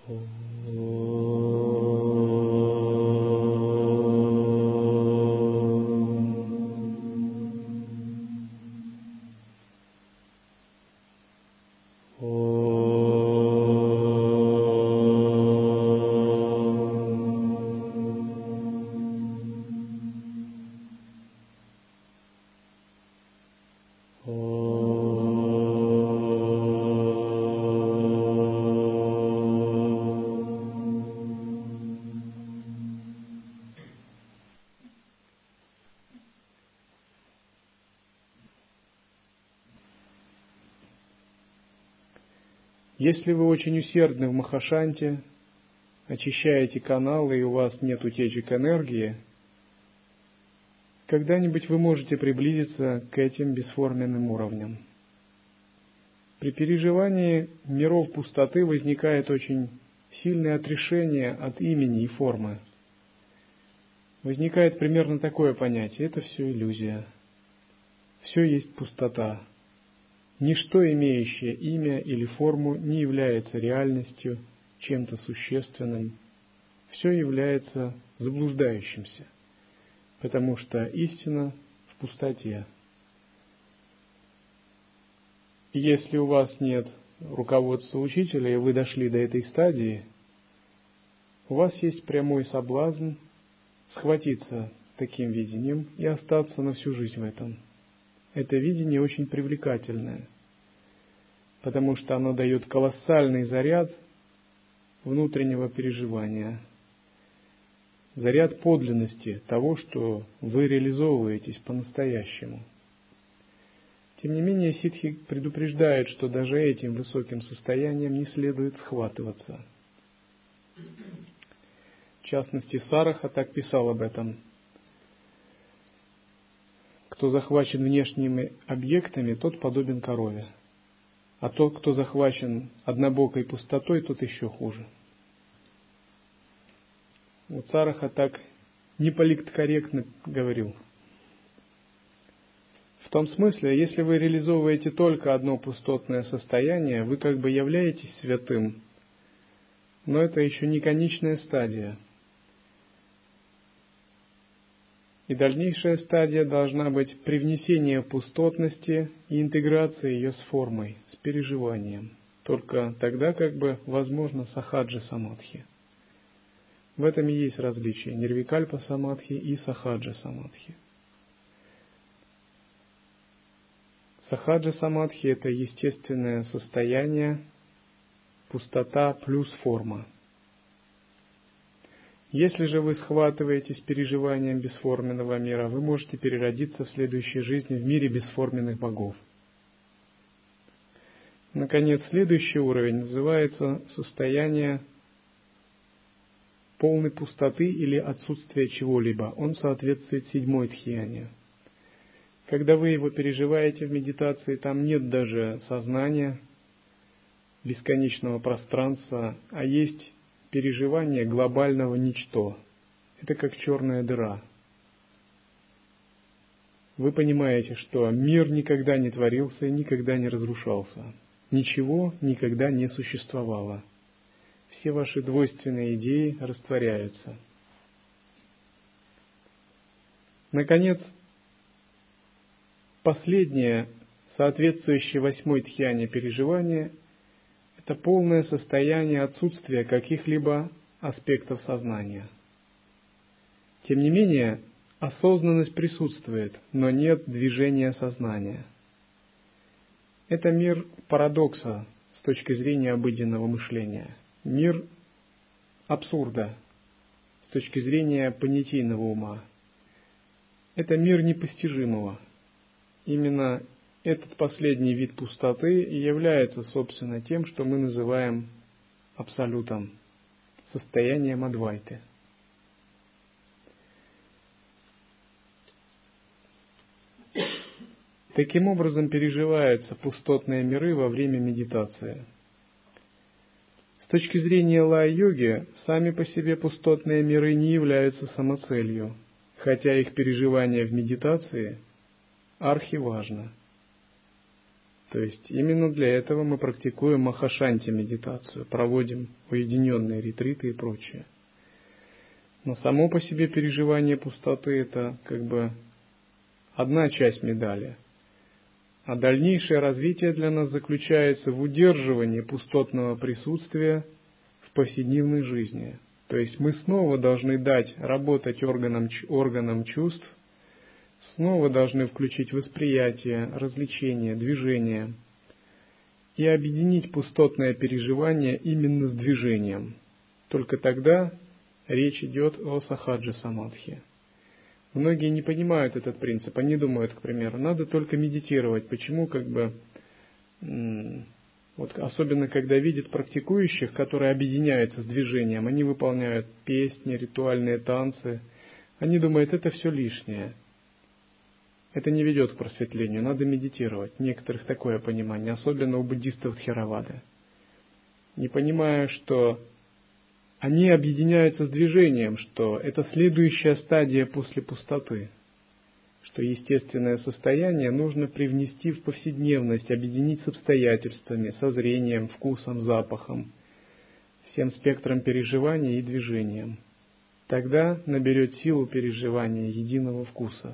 Если вы очень усердны в Махашанте, очищаете каналы и у вас нет утечек энергии, когда-нибудь вы можете приблизиться к этим бесформенным уровням. При переживании миров пустоты возникает очень сильное отрешение от имени и формы. Возникает примерно такое понятие: это все иллюзия, все есть пустота. Ничто, имеющее имя или форму, не является реальностью, чем-то существенным. Все является заблуждающимся, потому что истина в пустоте. И если у вас нет руководства учителя, и вы дошли до этой стадии, у вас есть прямой соблазн схватиться таким видением и остаться на всю жизнь в этом. Это видение очень привлекательное, потому что оно дает колоссальный заряд внутреннего переживания, заряд подлинности того, что вы реализовываетесь по-настоящему. Тем не менее, ситхи предупреждают, что даже этим высоким состоянием не следует схватываться. В частности, Сараха так писал об этом. Кто захвачен внешними объектами, тот подобен корове. А тот, кто захвачен однобокой пустотой, тот еще хуже. Вот Сараха так неполиткорректно говорил. В том смысле, если вы реализовываете только одно пустотное состояние, вы как бы являетесь святым, но это еще не конечная стадия. И дальнейшая стадия должна быть привнесение пустотности и интеграция ее с формой, с переживанием. Только тогда как бы возможно сахаджа самадхи. В этом и есть различие нирвикальпа самадхи и сахаджа самадхи. Сахаджа самадхи – это естественное состояние, пустота плюс форма. Если же вы схватываетесь переживанием бесформенного мира, вы можете переродиться в следующей жизни в мире бесформенных богов. Наконец, следующий уровень называется состояние полной пустоты или отсутствия чего-либо. Он соответствует 7-й дхьяне. Когда вы его переживаете в медитации, там нет даже сознания, бесконечного пространства, а есть переживание глобального ничто. Это как черная дыра. Вы понимаете, что мир никогда не творился и никогда не разрушался. Ничего никогда не существовало. Все ваши двойственные идеи растворяются. Наконец, последнее, соответствующее 8-й дхьяне переживание, это полное состояние отсутствия каких-либо аспектов сознания. Тем не менее, осознанность присутствует, но нет движения сознания. Это мир парадокса с точки зрения обыденного мышления. Мир абсурда с точки зрения понятийного ума. Это мир непостижимого. Именно этот последний вид пустоты и является, собственно, тем, что мы называем абсолютом, состоянием адвайты. Таким образом переживаются пустотные миры во время медитации. С точки зрения лай-йоги, сами по себе пустотные миры не являются самоцелью, хотя их переживание в медитации архиважно. То есть именно для этого мы практикуем махашанти медитацию, проводим уединенные ретриты и прочее. Но само по себе переживание пустоты – это как бы одна часть медали. А дальнейшее развитие для нас заключается в удерживании пустотного присутствия в повседневной жизни. То есть мы снова должны дать работать органам чувств, снова должны включить восприятие, развлечение, движение и объединить пустотное переживание именно с движением. Только тогда речь идет о сахаджа самадхи. Многие не понимают этот принцип. Они думают, к примеру, надо только медитировать. Почему вот особенно когда видят практикующих, которые объединяются с движением, они выполняют песни, ритуальные танцы. Они думают, это все лишнее. Это не ведет к просветлению, надо медитировать. У некоторых такое понимание, особенно у буддистов Тхеравады. Не понимая, что они объединяются с движением, что это следующая стадия после пустоты, что естественное состояние нужно привнести в повседневность, объединить с обстоятельствами, со зрением, вкусом, запахом, всем спектром переживания и движением. Тогда наберет силу переживания единого вкуса.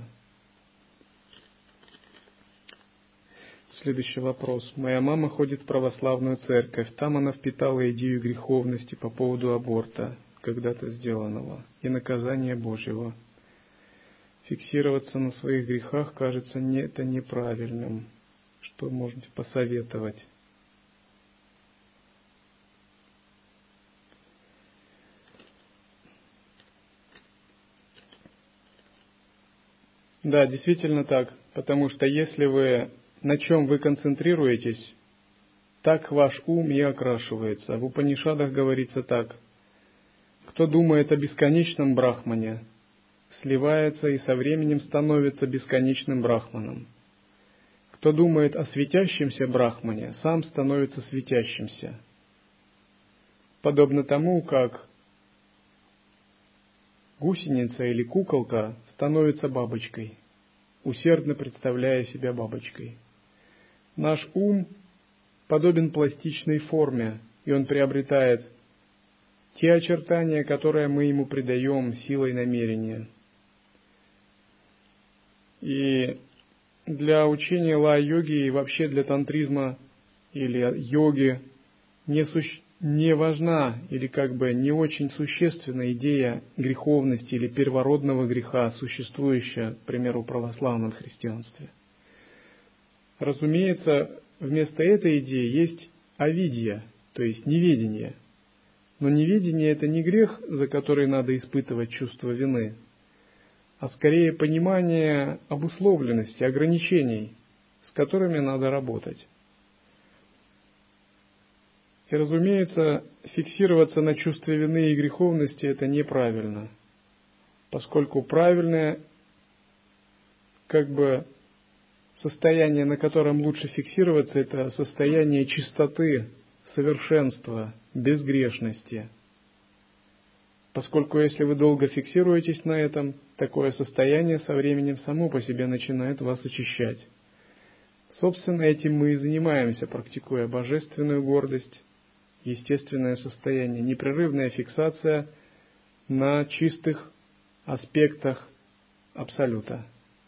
Следующий вопрос. Моя мама ходит в православную церковь. Там она впитала идею греховности по поводу аборта, когда-то сделанного, и наказания Божьего. Фиксироваться на своих грехах кажется это неправильным. Что можете посоветовать? Да, действительно так. Потому что если вы на чем вы концентрируетесь, так ваш ум и окрашивается. В Упанишадах говорится так: кто думает о бесконечном брахмане, сливается и со временем становится бесконечным брахманом. Кто думает о светящемся брахмане, сам становится светящимся. Подобно тому, как гусеница или куколка становится бабочкой, усердно представляя себя бабочкой. Наш ум подобен пластичной форме, и он приобретает те очертания, которые мы ему придаем силой намерения. И для учения ла-йоги и вообще для тантризма или йоги не важна или не очень существенна идея греховности или первородного греха, существующая, к примеру, в православном христианстве. Разумеется, вместо этой идеи есть авидья, то есть неведение. Но неведение – это не грех, за который надо испытывать чувство вины, а скорее понимание обусловленности, ограничений, с которыми надо работать. И, разумеется, фиксироваться на чувстве вины и греховности – это неправильно, поскольку правильное состояние, на котором лучше фиксироваться, это состояние чистоты, совершенства, безгрешности. Поскольку если вы долго фиксируетесь на этом, такое состояние со временем само по себе начинает вас очищать. Собственно, этим мы и занимаемся, практикуя божественную гордость, естественное состояние, непрерывная фиксация на чистых аспектах Абсолюта.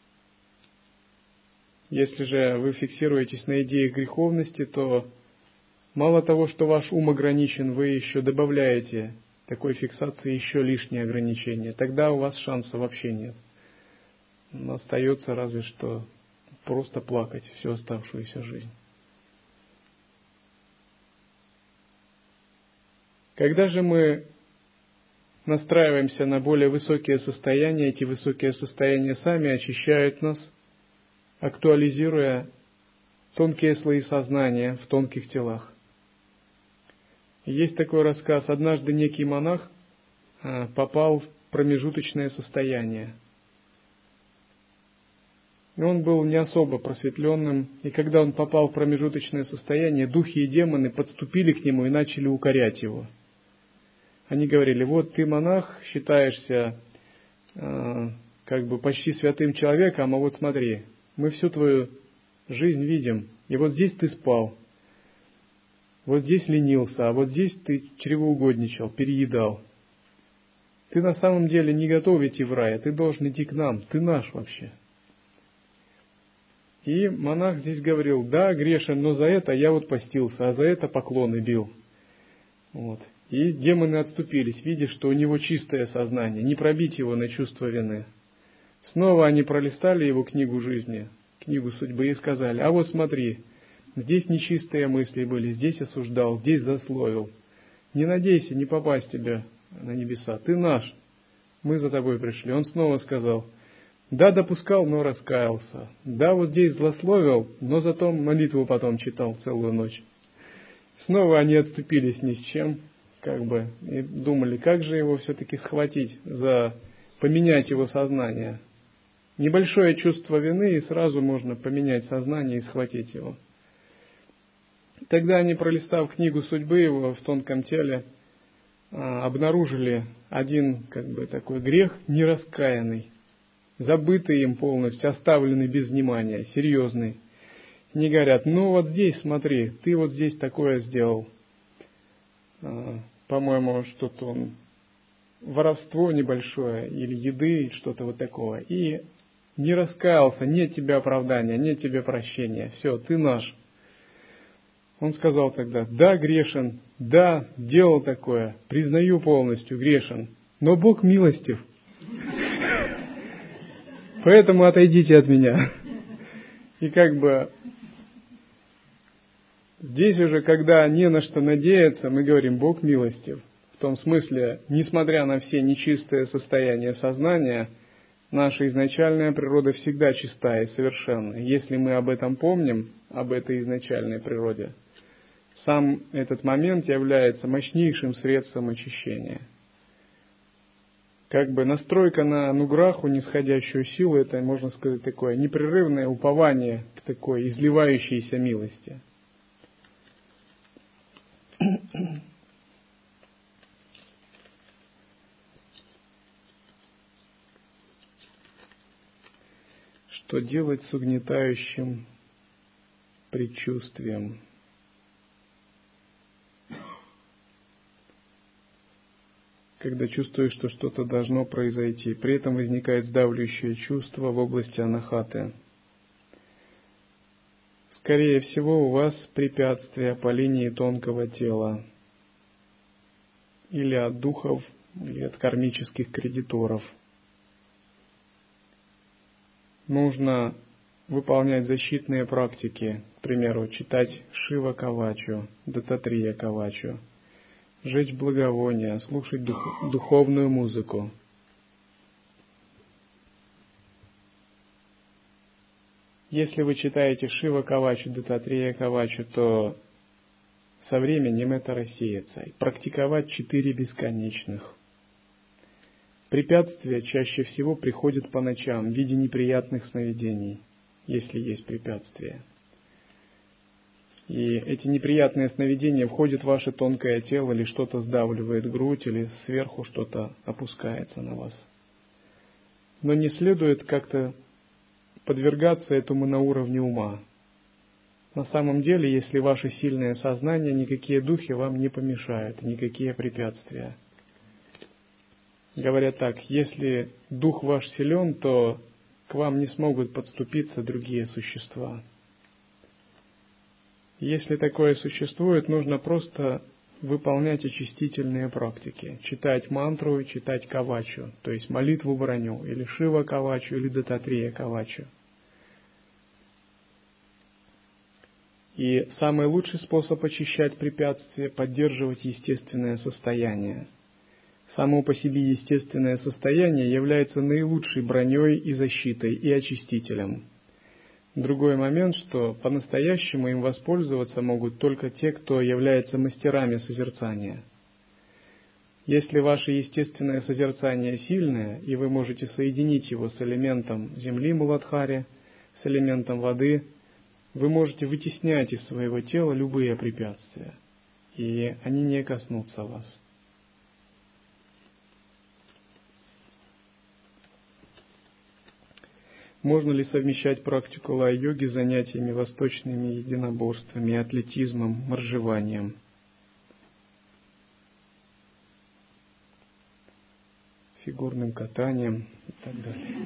Если же вы фиксируетесь на идеях греховности, то мало того, что ваш ум ограничен, вы еще добавляете такой фиксации еще лишние ограничения. Тогда у вас шанса вообще нет. Остается разве что просто плакать всю оставшуюся жизнь. Когда же мы настраиваемся на более высокие состояния, эти высокие состояния сами очищают нас, актуализируя тонкие слои сознания в тонких телах. Есть такой рассказ. Однажды некий монах попал в промежуточное состояние. И он был не особо просветленным, и когда он попал в промежуточное состояние, духи и демоны подступили к нему и начали укорять его. Они говорили: вот ты монах, считаешься почти святым человеком, а вот смотри, мы всю твою жизнь видим, И вот здесь ты спал, вот здесь ленился, а вот здесь ты чревоугодничал, переедал. Ты на самом деле не готов идти в рай, а ты должен идти к нам, ты наш вообще. И монах здесь говорил: да, грешен, но за это я вот постился, а за это поклоны бил. Вот. И демоны отступились, видя, что у него чистое сознание, не пробить его на чувство вины. Снова они пролистали его книгу жизни, книгу судьбы, и сказали: а вот смотри, здесь нечистые мысли были, здесь осуждал, здесь засловил. Не надейся не попасть тебе на небеса, ты наш, мы за тобой пришли. Он снова сказал: да, допускал, но раскаялся. Да, вот здесь злословил, но зато молитву потом читал целую ночь. Снова они отступились ни с чем, и думали, как же его все-таки схватить, поменять его сознание. Небольшое чувство вины, и сразу можно поменять сознание и схватить его. Тогда они, пролистав книгу судьбы его в тонком теле, обнаружили один такой грех нераскаянный, забытый им полностью, оставленный без внимания, серьезный. Не говорят: ну вот здесь смотри, ты вот здесь такое сделал. По-моему, что-то воровство небольшое, или еды, что-то вот такое. И не раскаялся, нет тебе оправдания, нет тебе прощения. Все, ты наш. Он сказал тогда: да, грешен, да, делал такое, признаю полностью, грешен, но Бог милостив. Поэтому отойдите от меня. И здесь уже, когда не на что надеяться, мы говорим: Бог милостив. В том смысле, несмотря на все нечистое состояние сознания, наша изначальная природа всегда чиста и совершенна. Если мы об этом помним, об этой изначальной природе, сам этот момент является мощнейшим средством очищения. Настройка на нуграху, нисходящую силу, это, можно сказать, такое непрерывное упование к такой изливающейся милости. Что делать с угнетающим предчувствием? Когда чувствуешь, что что-то должно произойти, при этом возникает сдавливающее чувство в области анахаты. Скорее всего, у вас препятствия по линии тонкого тела, или от духов, или от кармических кредиторов. Нужно выполнять защитные практики, к примеру, читать Шива Кавачу, Дататрия Кавачу, жечь благовония, слушать духовную музыку. Если вы читаете Шива Кавачу, Дататрия Кавачу, то со временем это рассеется. И практиковать 4 бесконечных. Препятствия чаще всего приходят по ночам в виде неприятных сновидений, если есть препятствия. И эти неприятные сновидения входят в ваше тонкое тело, или что-то сдавливает грудь, или сверху что-то опускается на вас. Но не следует как-то подвергаться этому на уровне ума. На самом деле, если ваше сильное сознание, никакие духи вам не помешают, никакие препятствия. Говорят так: если дух ваш силен, то к вам не смогут подступиться другие существа. Если такое существует, нужно просто выполнять очистительные практики, читать мантру, читать кавачу, то есть молитву броню, или Шива Кавачу, или Дататрия Кавачу. И самый лучший способ очищать препятствия — поддерживать естественное состояние. Само по себе естественное состояние является наилучшей броней и защитой, и очистителем. Другой момент, что по-настоящему им воспользоваться могут только те, кто является мастерами созерцания. Если ваше естественное созерцание сильное, и вы можете соединить его с элементом земли Муладхари, с элементом воды, вы можете вытеснять из своего тела любые препятствия, и они не коснутся вас. Можно ли совмещать практику лая-йоги с занятиями восточными единоборствами, атлетизмом, моржеванием? Фигурным катанием и так далее.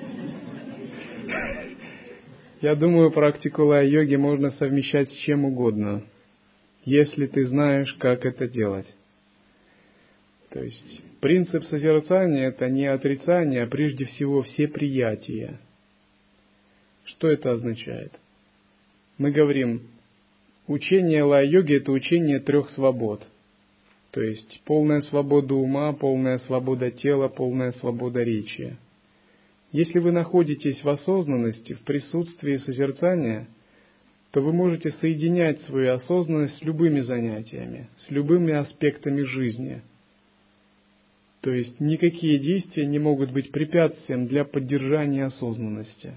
Я думаю, практику лая-йоги можно совмещать с чем угодно, если ты знаешь, как это делать. То есть принцип созерцания – это не отрицание, а прежде всего всеприятие. Что это означает? Мы говорим, учение лая-йоги – это учение 3 свобод. То есть полная свобода ума, полная свобода тела, полная свобода речи. Если вы находитесь в осознанности, в присутствии созерцания, то вы можете соединять свою осознанность с любыми занятиями, с любыми аспектами жизни. То есть никакие действия не могут быть препятствием для поддержания осознанности.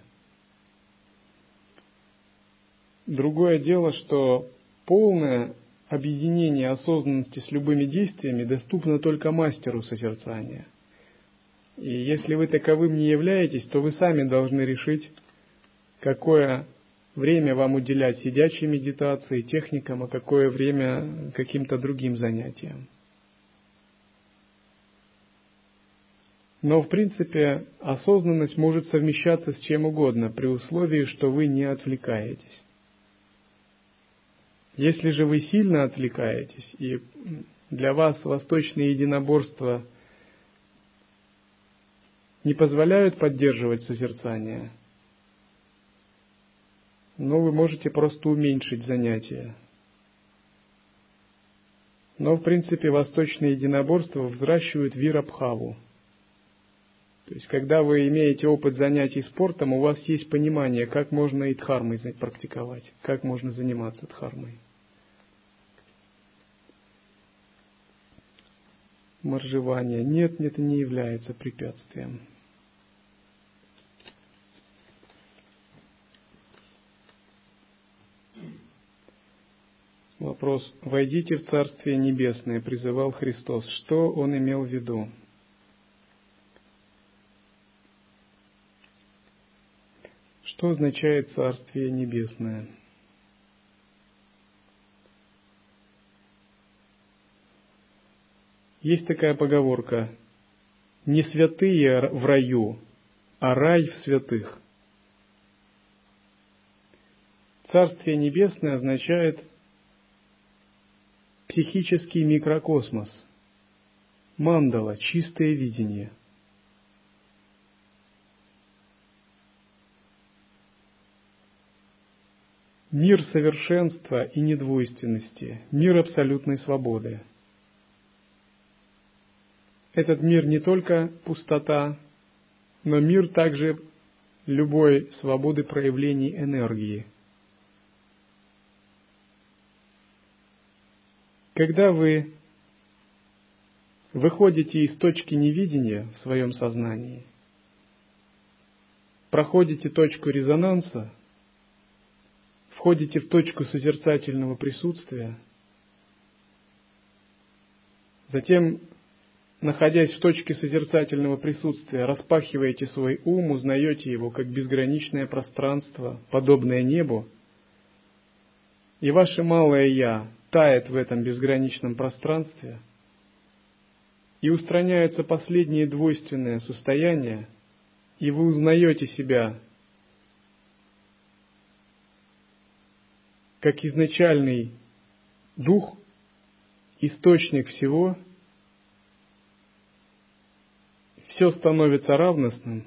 Другое дело, что полное объединение осознанности с любыми действиями доступно только мастеру созерцания. И если вы таковым не являетесь, то вы сами должны решить, какое время вам уделять сидячей медитации, техникам, а какое время каким-то другим занятиям. Но в принципе осознанность может совмещаться с чем угодно, при условии, что вы не отвлекаетесь. Если же вы сильно отвлекаетесь, и для вас восточные единоборства не позволяют поддерживать созерцание, но вы можете просто уменьшить занятия. Но в принципе восточные единоборства взращивают вирабхаву. То есть, когда вы имеете опыт занятий спортом, у вас есть понимание, как можно и дхармой практиковать, как можно заниматься дхармой. Моржевание. Нет, это не является препятствием. Вопрос. «Войдите в Царствие Небесное», призывал Христос. Что Он имел в виду? Что означает Царствие Небесное? Есть такая поговорка: не святые в раю, а рай в святых. Царствие Небесное означает психический микрокосмос, мандала, чистое видение. Мир совершенства и недвойственности, мир абсолютной свободы. Этот мир не только пустота, но мир также любой свободы проявлений энергии. Когда вы выходите из точки невидения в своем сознании, проходите точку резонанса, входите в точку созерцательного присутствия, затем, находясь в точке созерцательного присутствия, распахиваете свой ум, узнаете его как безграничное пространство, подобное небу, и ваше малое «я» тает в этом безграничном пространстве, и устраняются последние двойственные состояния, и вы узнаете себя как изначальный дух, источник всего, все становится равностным.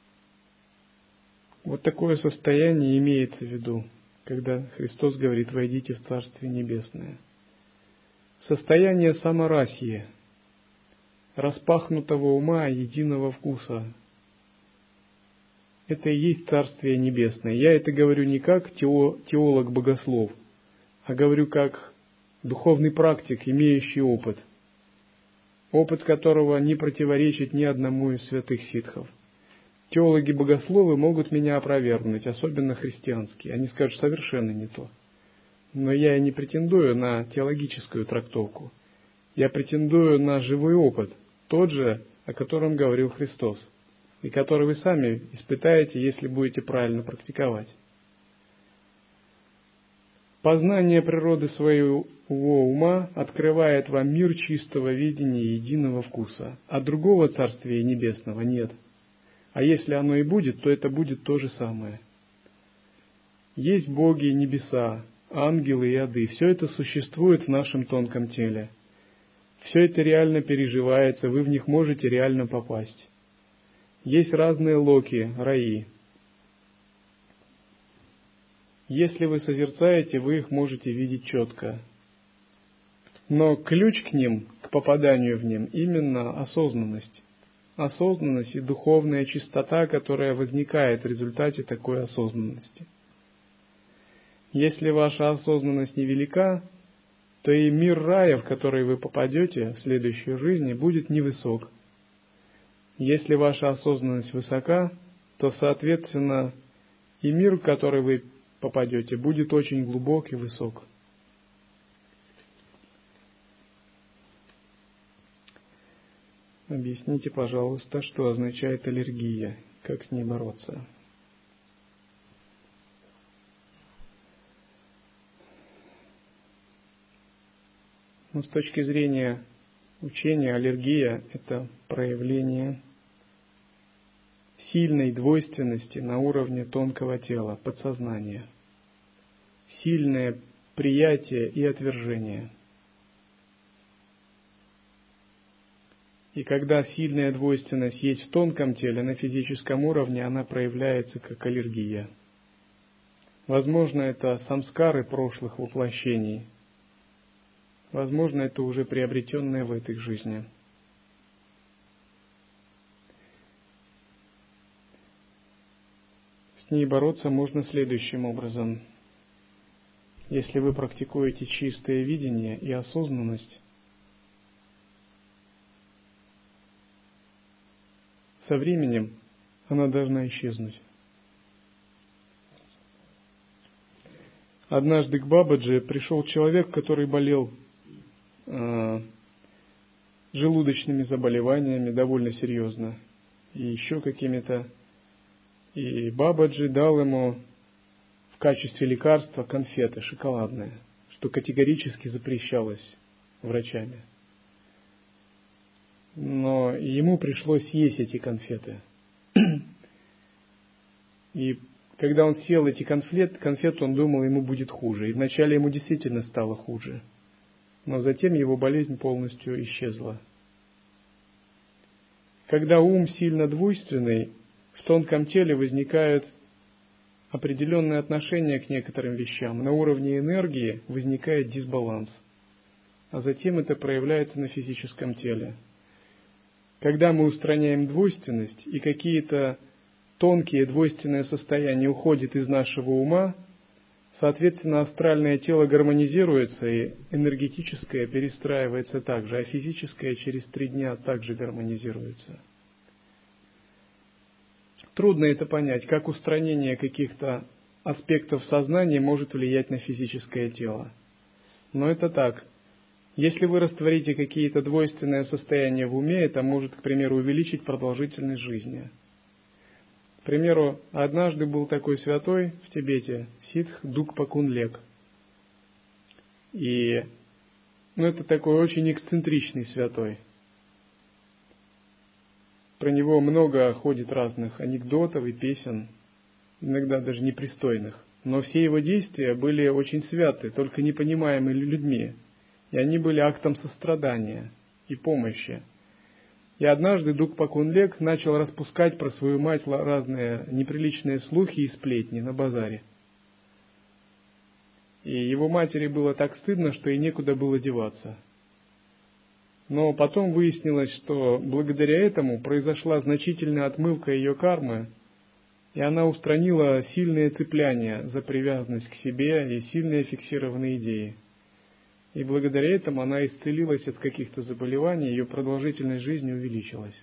Вот такое состояние имеется в виду, когда Христос говорит: «Войдите в Царствие Небесное». Состояние самарасьи, распахнутого ума, единого вкуса. Это и есть Царствие Небесное. Я это говорю не как теолог-богослов, а говорю как духовный практик, имеющий опыт. Опыт которого не противоречит ни одному из святых ситхов. Теологи-богословы могут меня опровергнуть, особенно христианские. Они скажут: совершенно не то. Но я и не претендую на теологическую трактовку. Я претендую на живой опыт, тот же, о котором говорил Христос. и который вы сами испытаете, если будете правильно практиковать. Познание природы своего ума открывает вам мир чистого видения и единого вкуса, а другого Царствия Небесного нет. А если оно и будет, то это будет то же самое. Есть боги и небеса, ангелы и ады. Все это существует в нашем тонком теле. Все это реально переживается, вы в них можете реально попасть. Есть разные локи, раи. Если вы созерцаете, вы их можете видеть четко. Но ключ к ним, к попаданию в ним, именно осознанность. Осознанность и духовная чистота, которая возникает в результате такой осознанности. Если ваша осознанность невелика, то и мир рая, в который вы попадете в следующей жизни, будет невысок. Если ваша осознанность высока, то, соответственно, и мир, в который вы попадете, будет очень глубок и высок. Объясните, пожалуйста, что означает аллергия, как с ней бороться. С точки зрения учения, аллергия – это проявление сильной двойственности на уровне тонкого тела, подсознания. Сильное приятие и отвержение. И когда сильная двойственность есть в тонком теле, на физическом уровне она проявляется как аллергия. Возможно, это самскары прошлых воплощений. Возможно, это уже приобретенное в этой жизни. С ней бороться можно следующим образом. Если вы практикуете чистое видение и осознанность, со временем она должна исчезнуть. Однажды к Бабаджи пришел человек, который болел желудочными заболеваниями довольно серьезно и еще какими-то. И Бабаджи дал ему в качестве лекарства конфеты шоколадные, что категорически запрещалось врачами. Но ему пришлось есть эти конфеты. И когда он съел эти конфеты, он думал, ему будет хуже. И вначале ему действительно стало хуже. Но затем его болезнь полностью исчезла. Когда ум сильно двойственный, в тонком теле возникает определенное отношение к некоторым вещам. На уровне энергии возникает дисбаланс. А затем это проявляется на физическом теле. Когда мы устраняем двойственность и какие-то тонкие двойственные состояния уходят из нашего ума, соответственно, астральное тело гармонизируется, и энергетическое перестраивается также, а физическое через 3 дня также гармонизируется. Трудно это понять, как устранение каких-то аспектов сознания может влиять на физическое тело. Но это так. Если вы растворите какие-то двойственные состояния в уме, это может, к примеру, увеличить продолжительность жизни. К примеру, однажды был такой святой в Тибете, ситх Дукпа Кунлек. И это такой очень эксцентричный святой. Про него много ходит разных анекдотов и песен, иногда даже непристойных. Но все его действия были очень святы, только непонимаемы людьми. И они были актом сострадания и помощи. И однажды Дукпа Кунлек начал распускать про свою мать разные неприличные слухи и сплетни на базаре. И его матери было так стыдно, что ей некуда было деваться. Но потом выяснилось, что благодаря этому произошла значительная отмывка ее кармы, и она устранила сильные цепляния за привязанность к себе и сильные фиксированные идеи. И благодаря этому она исцелилась от каких-то заболеваний, ее продолжительность жизни увеличилась.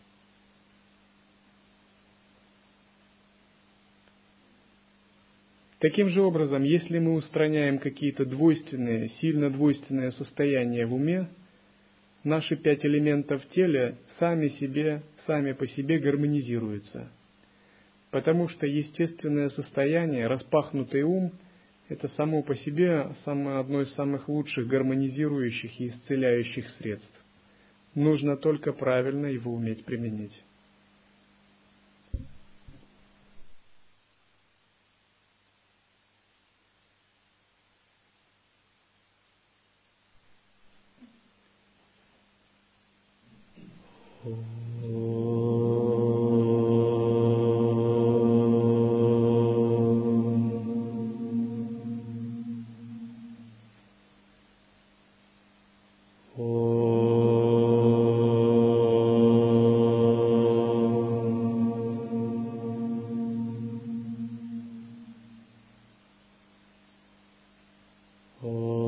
Таким же образом, если мы устраняем какие-то двойственные, сильно двойственные состояния в уме, наши 5 элементов в теле сами по себе гармонизируются. Потому что естественное состояние, распахнутый ум, это само по себе одно из самых лучших гармонизирующих и исцеляющих средств. Нужно только правильно его уметь применить. Oh.